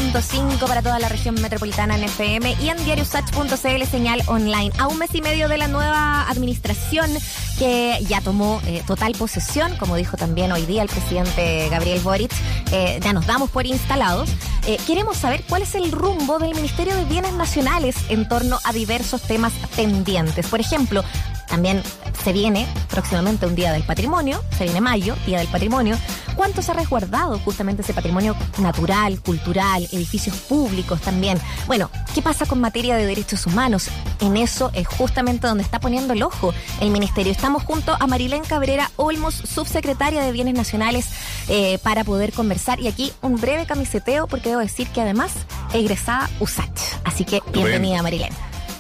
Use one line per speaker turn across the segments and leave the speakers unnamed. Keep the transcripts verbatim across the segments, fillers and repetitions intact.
punto cinco para toda la región metropolitana en F M y en diario usach punto c l, señal online. A un mes y medio de la nueva administración que ya tomó eh, total posesión, como dijo también hoy día el presidente Gabriel Boric, eh, ya nos damos por instalados. Eh, queremos saber cuál es el rumbo del Ministerio de Bienes Nacionales en torno a diversos temas pendientes. Por ejemplo, también se viene próximamente un Día del Patrimonio, se viene mayo, Día del Patrimonio. ¿Cuánto se ha resguardado justamente ese patrimonio natural, cultural, edificios públicos también? Bueno, ¿qué pasa con materia de derechos humanos? En eso es justamente donde está poniendo el ojo el Ministerio. Estamos junto a Marilén Cabrera Olmos, subsecretaria de Bienes Nacionales, eh, para poder conversar. Y aquí un breve camiseteo, porque debo decir que además egresada USACH. Así que bienvenida, Marilén.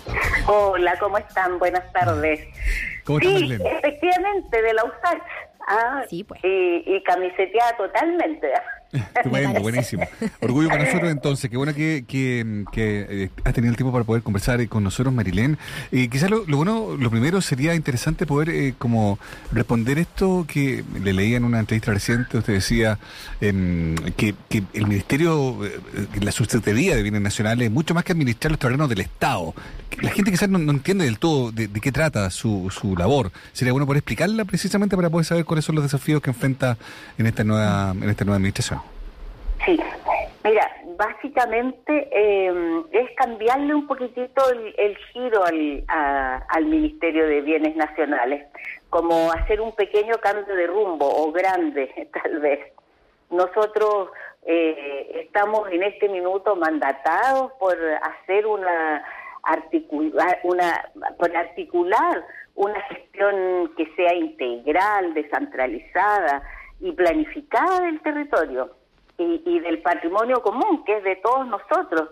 Hola, ¿cómo están? Buenas tardes.
¿Cómo estás,
sí,
Marilén?
Efectivamente, de la USACH. Ah,
sí, pues.
Y, y camiseteada totalmente.
Estupendo, buenísimo. Orgullo para nosotros entonces. Qué bueno que, que, que eh, has tenido el tiempo para poder conversar con nosotros, Marilén. Y eh, quizás lo, lo bueno, lo primero sería interesante poder eh, como responder esto que le leía en una entrevista reciente. Usted decía eh, que, que el Ministerio, eh, la Subsecretaría de Bienes Nacionales, es mucho más que administrar los terrenos del Estado. La gente quizás no, no entiende del todo de, de qué trata su, su labor. Sería bueno poder explicarla precisamente para poder saber cuáles son los desafíos que enfrenta en esta nueva, en esta nueva administración.
Sí, mira, básicamente eh, es cambiarle un poquitito el, el giro al, a, al Ministerio de Bienes Nacionales, como hacer un pequeño cambio de rumbo, o grande tal vez. Nosotros eh, estamos en este minuto mandatados por hacer una articular, una, por articular una gestión que sea integral, descentralizada y planificada del territorio. Y, y del patrimonio común, que es de todos nosotros,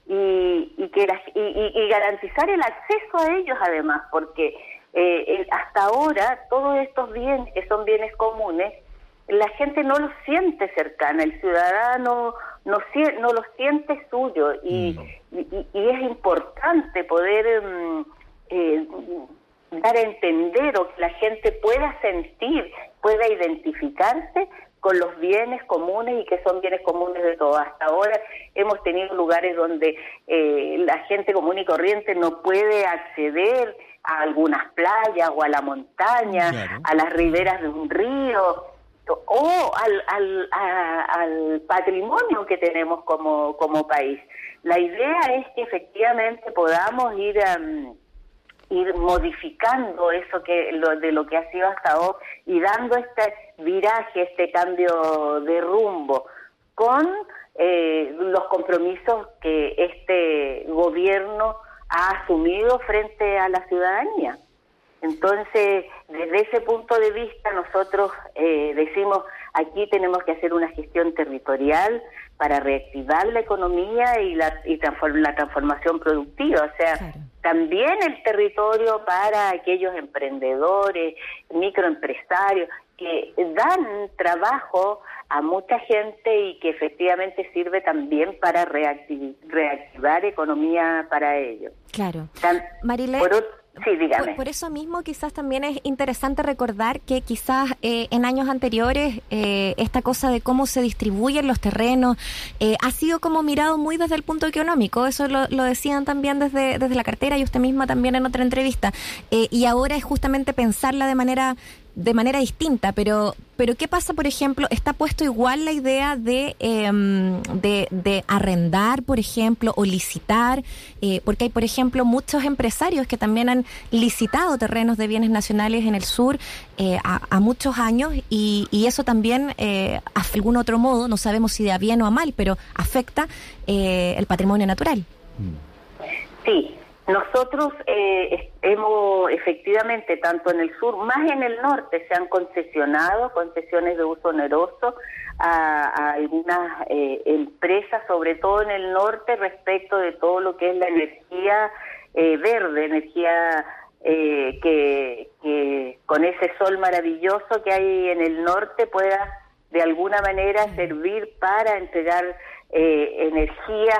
y, y que la, y, y, y garantizar el acceso a ellos además, porque eh, el, hasta ahora todos estos bienes, que son bienes comunes, la gente no los siente cercana, el ciudadano no, no los siente suyo, y, mm. y, y es importante poder um, eh, dar a entender, o que la gente pueda sentir, pueda identificarse con los bienes comunes, y que son bienes comunes de todos. Hasta ahora hemos tenido lugares donde eh, la gente común y corriente no puede acceder a algunas playas o a la montaña, claro, a las riberas de un río, o al, al, a, al patrimonio que tenemos como, como país. La idea es que efectivamente podamos ir a... Um, ir modificando eso que lo de lo que ha sido hasta ahora, y dando este viraje, este cambio de rumbo, con eh, los compromisos que este gobierno ha asumido frente a la ciudadanía. Entonces, desde ese punto de vista, nosotros eh, decimos, aquí tenemos que hacer una gestión territorial para reactivar la economía y la, y transform, la transformación productiva, o sea, claro, también el territorio para aquellos emprendedores, microempresarios, que dan trabajo a mucha gente y que efectivamente sirve también para reactiv, reactivar economía para ellos.
Claro.
Tan,
Marilén,
por otro, sí, dígame.
Por, por eso mismo quizás también es interesante recordar que quizás eh, en años anteriores eh, esta cosa de cómo se distribuyen los terrenos eh, ha sido como mirado muy desde el punto económico. Eso lo, lo decían también desde, desde la cartera, y usted misma también en otra entrevista. Eh, y ahora es justamente pensarla de manera... de manera distinta, pero pero ¿qué pasa, por ejemplo? ¿Está puesto igual la idea de eh, de, de arrendar, por ejemplo, o licitar? Eh, porque hay, por ejemplo, muchos empresarios que también han licitado terrenos de bienes nacionales en el sur eh, a, a muchos años, y, y eso también, eh, de algún otro modo, no sabemos si de a bien o a mal, pero afecta eh, el patrimonio natural.
Sí. Nosotros eh, hemos efectivamente, tanto en el sur, más en el norte, se han concesionado concesiones de uso oneroso a, a algunas eh, empresas, sobre todo en el norte, respecto de todo lo que es la energía eh, verde, energía eh, que, que con ese sol maravilloso que hay en el norte pueda de alguna manera servir para entregar eh, energía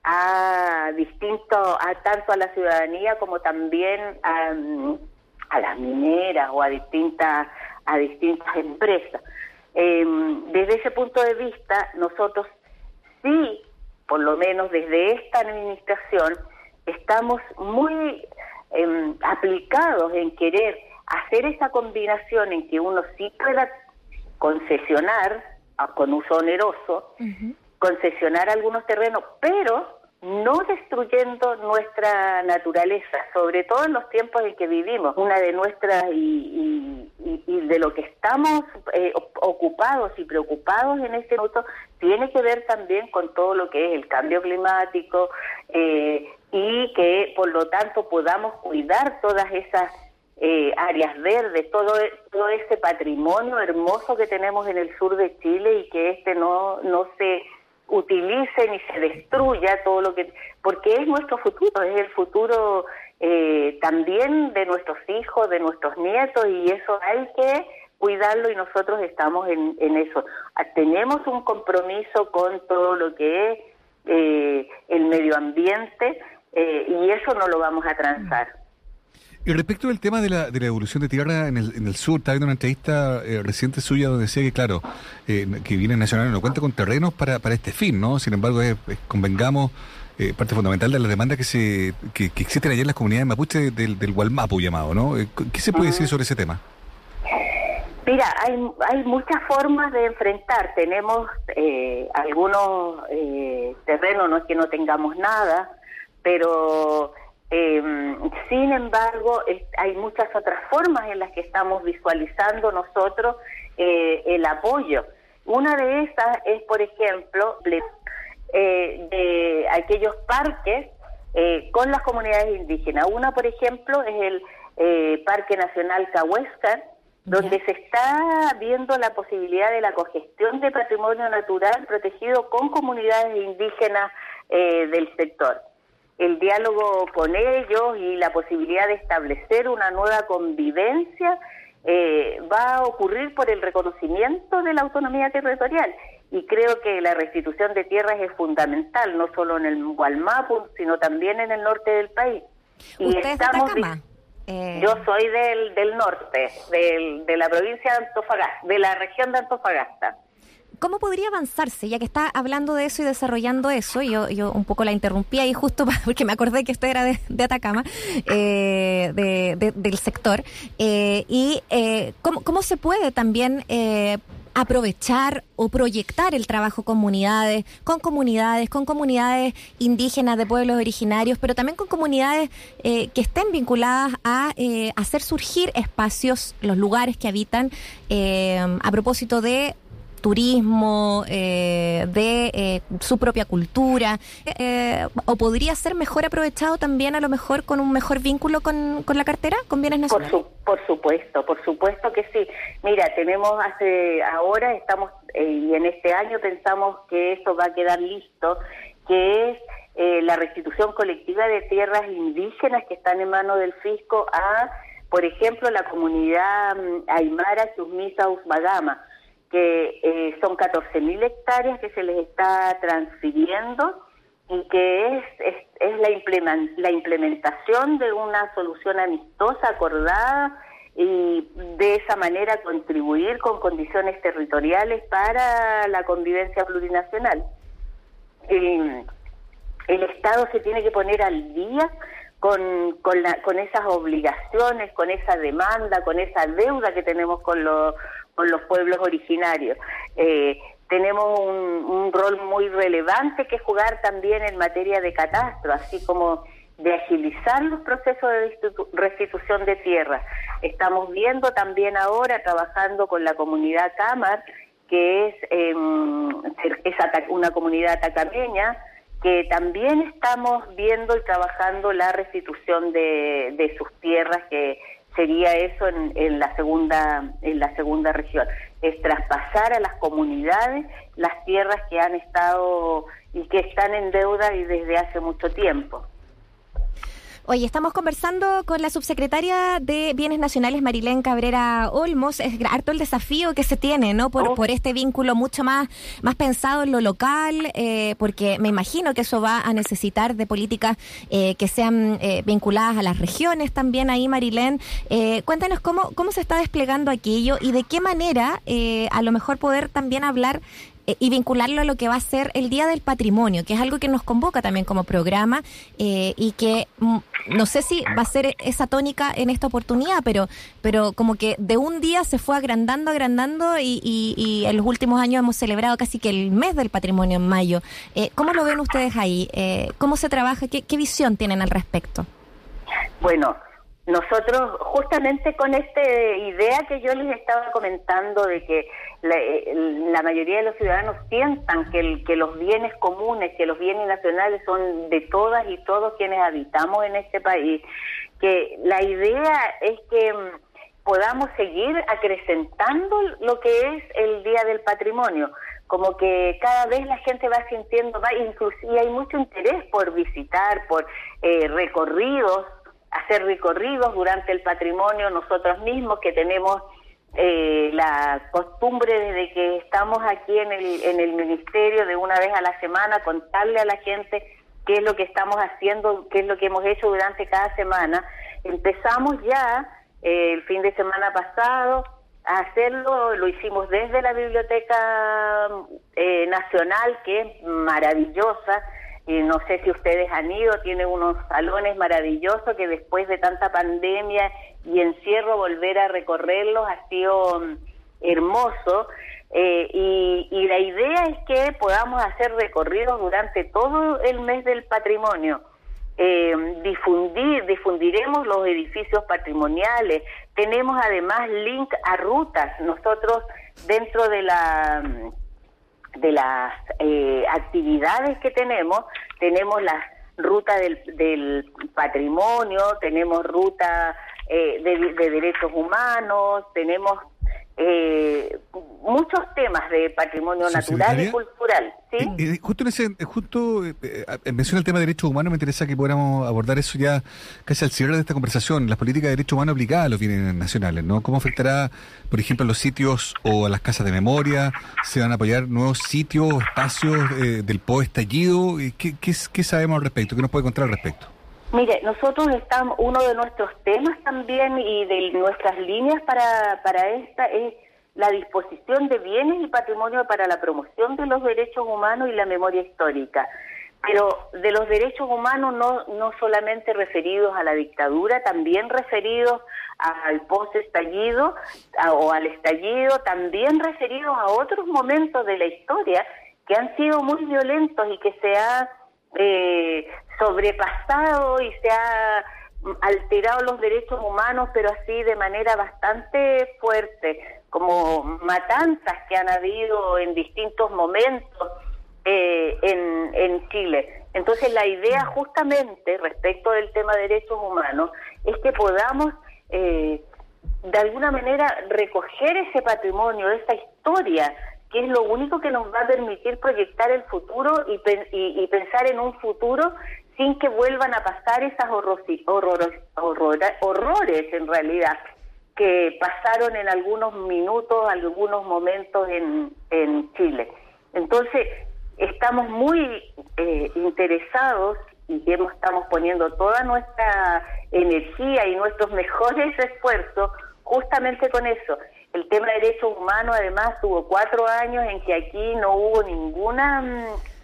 a distinto, a tanto a la ciudadanía como también a, a las mineras o a distintas a distintas empresas. Eh, desde ese punto de vista, nosotros sí, por lo menos desde esta administración, estamos muy eh, aplicados en querer hacer esa combinación en que uno sí pueda concesionar con uso oneroso, uh-huh. concesionar algunos terrenos, pero no destruyendo nuestra naturaleza, sobre todo en los tiempos en que vivimos. Una de nuestras y, y, y de lo que estamos eh, ocupados y preocupados en este momento tiene que ver también con todo lo que es el cambio climático eh, y que por lo tanto podamos cuidar todas esas eh, áreas verdes, todo, todo ese patrimonio hermoso que tenemos en el sur de Chile y que este no, no se utilice ni se destruya todo lo que, porque es nuestro futuro, es el futuro eh, también de nuestros hijos, de nuestros nietos, y eso hay que cuidarlo y nosotros estamos en, en eso. Tenemos un compromiso con todo lo que es eh, el medio ambiente eh, y eso no lo vamos a transar.
Y respecto del tema de la, de la evolución de tierra en el, en el sur, estaba viendo una entrevista eh, reciente suya donde decía que, claro, eh, que Bienes Nacionales no cuenta con terrenos para, para este fin, ¿no? Sin embargo, es, es, convengamos, eh, parte fundamental de la demanda que se que, que existen allá en las comunidades mapuche del, del Gualmapu llamado, ¿no? ¿Qué se puede decir sobre ese tema?
Mira, hay, hay muchas formas de enfrentar. Tenemos eh, algunos eh, terrenos, no es que no tengamos nada, pero... Eh, sin embargo, es, hay muchas otras formas en las que estamos visualizando nosotros eh, el apoyo. Una de esas es, por ejemplo, eh, de aquellos parques eh, con las comunidades indígenas. Una, por ejemplo, es el eh, Parque Nacional Cahuéscar, donde se está viendo la posibilidad de la cogestión de patrimonio natural protegido con comunidades indígenas eh, del sector. El diálogo con ellos y la posibilidad de establecer una nueva convivencia eh, va a ocurrir por el reconocimiento de la autonomía territorial. Y creo que la restitución de tierras es fundamental, no solo en el Gualmapu, sino también en el norte del país.
Y estamos de Atacama?
Eh... Yo soy del, del norte, del, de la provincia de Antofagasta, de la región de Antofagasta.
¿Cómo podría avanzarse, ya que está hablando de eso y desarrollando eso? Yo yo un poco la interrumpí ahí justo porque me acordé que usted era de, de Atacama, eh, de, de, del sector. Eh, y eh, ¿cómo, ¿cómo se puede también eh, aprovechar o proyectar el trabajo comunidades, con comunidades, con comunidades indígenas de pueblos originarios, pero también con comunidades eh, que estén vinculadas a eh, hacer surgir espacios, los lugares que habitan, eh, a propósito de turismo, eh, de eh, su propia cultura, eh, o podría ser mejor aprovechado también a lo mejor con un mejor vínculo con, con la cartera, con bienes nacionales?
Por, su, por supuesto, por supuesto que sí. Mira, tenemos hace, ahora estamos, eh, y en este año pensamos que eso va a quedar listo, que es eh, la restitución colectiva de tierras indígenas que están en manos del fisco a, por ejemplo, la comunidad um, Aymara, Chusmisa, Usmagama, que eh, son catorce mil hectáreas que se les está transfiriendo y que es, es, es la, implement, la implementación de una solución amistosa, acordada, y de esa manera contribuir con condiciones territoriales para la convivencia plurinacional. Eh, el Estado se tiene que poner al día con con, la, con esas obligaciones, con esa demanda, con esa deuda que tenemos con los con los pueblos originarios. Eh, tenemos un, un rol muy relevante que jugar también en materia de catastro, así como de agilizar los procesos de restitución de tierra. Estamos viendo también ahora, trabajando con la comunidad Cámara, que es, eh, es una comunidad atacameña, que también estamos viendo y trabajando la restitución de, de sus tierras, que sería eso en, en la segunda en la segunda región, es traspasar a las comunidades las tierras que han estado y que están en deuda y desde hace mucho tiempo.
Oye, estamos conversando con la subsecretaria de Bienes Nacionales, Marilén Cabrera Olmos. Es harto el desafío que se tiene, ¿no? Por, oh. por este vínculo mucho más, más pensado en lo local, eh, porque me imagino que eso va a necesitar de políticas eh, que sean eh, vinculadas a las regiones también ahí, Marilén. Eh, cuéntanos cómo, cómo se está desplegando aquello y de qué manera eh, a lo mejor poder también hablar eh, y vincularlo a lo que va a ser el Día del Patrimonio, que es algo que nos convoca también como programa eh, y que mm, no sé si va a ser esa tónica en esta oportunidad, pero pero como que de un día se fue agrandando, agrandando y, y, y en los últimos años hemos celebrado casi que el mes del patrimonio en mayo. Eh, ¿Cómo lo ven ustedes ahí? Eh, ¿Cómo se trabaja? ¿Qué, qué visión tienen al respecto?
Bueno, nosotros justamente con esta idea que yo les estaba comentando de que la, la mayoría de los ciudadanos sientan que, el, que los bienes comunes, que los bienes nacionales son de todas y todos quienes habitamos en este país, que la idea es que podamos seguir acrecentando lo que es el Día del Patrimonio, como que cada vez la gente va sintiendo más, inclusive hay mucho interés por visitar, por eh, recorridos, hacer recorridos durante el patrimonio nosotros mismos, que tenemos eh, la costumbre desde que estamos aquí en el, en el ministerio de una vez a la semana contarle a la gente qué es lo que estamos haciendo, qué es lo que hemos hecho durante cada semana. Empezamos ya eh, el fin de semana pasado a hacerlo, lo hicimos desde la Biblioteca eh, Nacional, que es maravillosa, y no sé si ustedes han ido, tiene unos salones maravillosos que después de tanta pandemia y encierro volver a recorrerlos ha sido um, hermoso, eh, y, y la idea es que podamos hacer recorridos durante todo el mes del patrimonio. Eh, difundir, difundiremos los edificios patrimoniales, tenemos además link a rutas. Nosotros dentro de la de las eh, actividades que tenemos, tenemos la ruta del, del patrimonio, tenemos ruta eh, de, de derechos humanos, tenemos eh, muchos temas de patrimonio natural y cultural. ¿Sí?
Eh, eh, justo en ese, eh, justo eh, eh, menciona el tema de derechos humanos, me interesa que podamos abordar eso ya casi al cierre de esta conversación, las políticas de derechos humanos aplicadas a los bienes nacionales, ¿no? ¿Cómo afectará, por ejemplo, a los sitios o a las casas de memoria? ¿Se van a apoyar nuevos sitios, espacios eh, del post-estallido? ¿Qué, qué, ¿Qué sabemos al respecto? ¿Qué nos puede contar al respecto?
Mire, nosotros estamos, uno de nuestros temas también y de nuestras líneas para, para esta es la disposición de bienes y patrimonio para la promoción de los derechos humanos y la memoria histórica. Pero de los derechos humanos no, no solamente referidos a la dictadura, también referidos al post-estallido a, o al estallido, también referidos a otros momentos de la historia que han sido muy violentos y que se ha eh, sobrepasado y se ha alterado los derechos humanos, pero así de manera bastante fuerte, como matanzas que han habido en distintos momentos eh, en, en Chile. Entonces la idea justamente respecto del tema de derechos humanos es que podamos eh, de alguna manera recoger ese patrimonio, esa historia, que es lo único que nos va a permitir proyectar el futuro y, y, y pensar en un futuro sin que vuelvan a pasar esas horrores, horrores, horrores, horrores en realidad, que pasaron en algunos minutos, algunos momentos en, en Chile. Entonces, estamos muy eh, interesados y hemos, estamos poniendo toda nuestra energía y nuestros mejores esfuerzos justamente con eso. El tema de derechos humanos, además, hubo cuatro años en que aquí no hubo ninguna...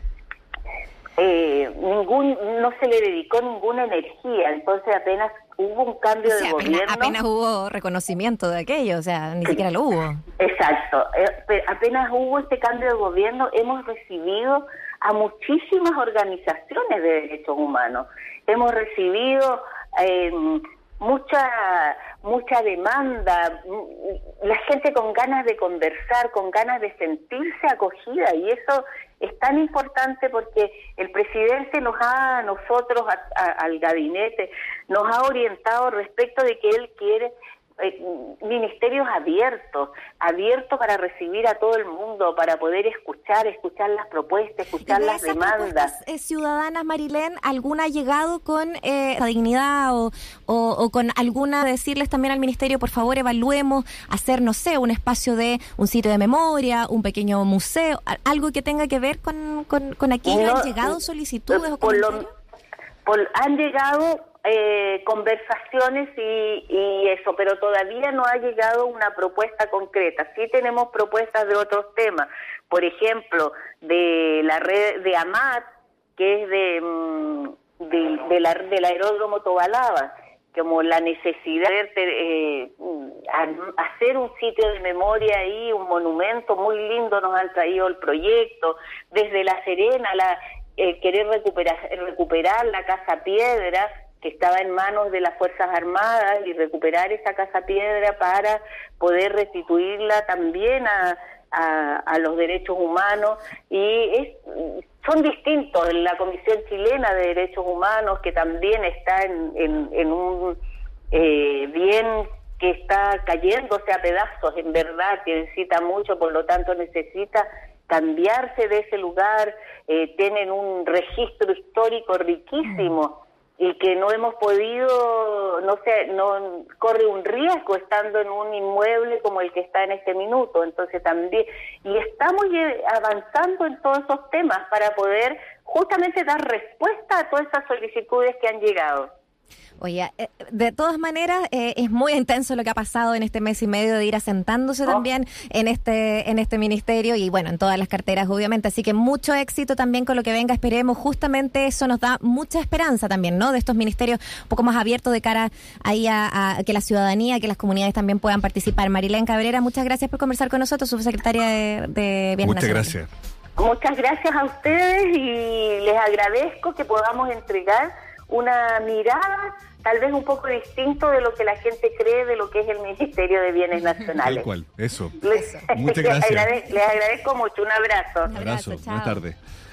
Eh, ningún no se le dedicó ninguna energía, entonces apenas hubo un cambio
o sea,
de
apenas,
gobierno.
Apenas hubo reconocimiento de aquello, o sea, ni sí. siquiera lo hubo.
Exacto, eh, apenas hubo este cambio de gobierno, hemos recibido a muchísimas organizaciones de derechos humanos, hemos recibido eh, mucha mucha demanda, la gente con ganas de conversar, con ganas de sentirse acogida, y eso es tan importante porque el presidente nos ha, a nosotros, a, a, al gabinete, nos ha orientado respecto de que él quiere eh, ministerios abiertos, abiertos para recibir a todo el mundo, para poder escuchar, escuchar las propuestas, escuchar
de
las
esas
demandas.
Eh, ciudadanas, Marilén, ¿alguna ha llegado con eh, la dignidad o, o, o con alguna decirles también al ministerio, por favor, evaluemos hacer, no sé, un espacio de un sitio de memoria, un pequeño museo, algo que tenga que ver con, con, con aquello? No, ¿han llegado solicitudes o comentarios?
Por, han llegado eh, conversaciones y, y eso, pero todavía no ha llegado una propuesta concreta. Sí tenemos propuestas de otros temas. por ejemplo, de la red de AMAT, que es de, de, de la, del aeródromo Tobalaba, como la necesidad de eh, hacer un sitio de memoria ahí, un monumento muy lindo nos han traído el proyecto, desde La Serena, la eh, querer recuperar, recuperar la Casa Piedra, que estaba en manos de las Fuerzas Armadas, y recuperar esa Casa Piedra para poder restituirla también a, a, a los derechos humanos, y es... son distintos. La Comisión Chilena de Derechos Humanos, que también está en, en, en un eh, bien que está cayéndose a pedazos, en verdad, que necesita mucho, por lo tanto necesita cambiarse de ese lugar, eh, tienen un registro histórico riquísimo, y que no hemos podido, no sé, no corre un riesgo estando en un inmueble como el que está en este minuto. Entonces también, y estamos avanzando en todos esos temas para poder justamente dar respuesta a todas esas solicitudes que han llegado.
Oye, de todas maneras, eh, es muy intenso lo que ha pasado en este mes y medio de ir asentándose oh. también en este en este ministerio y bueno, en todas las carteras obviamente, así que mucho éxito también con lo que venga, esperemos, justamente eso nos da mucha esperanza también, ¿no? De estos ministerios un poco más abiertos de cara ahí a, a que la ciudadanía, que las comunidades también puedan participar. Marilén Cabrera, muchas gracias por conversar con nosotros, subsecretaria de, de Bienes
Muchas
Nacionales.
gracias.
Muchas gracias a ustedes y les agradezco que podamos entregar una mirada tal vez un poco distinto de lo que la gente cree de lo que es el Ministerio de Bienes Nacionales.
Tal cual, eso.
Les,
Muchas gracias.
Les agradezco, les agradezco mucho. Un abrazo.
Un abrazo.
Un abrazo,
buenas tardes.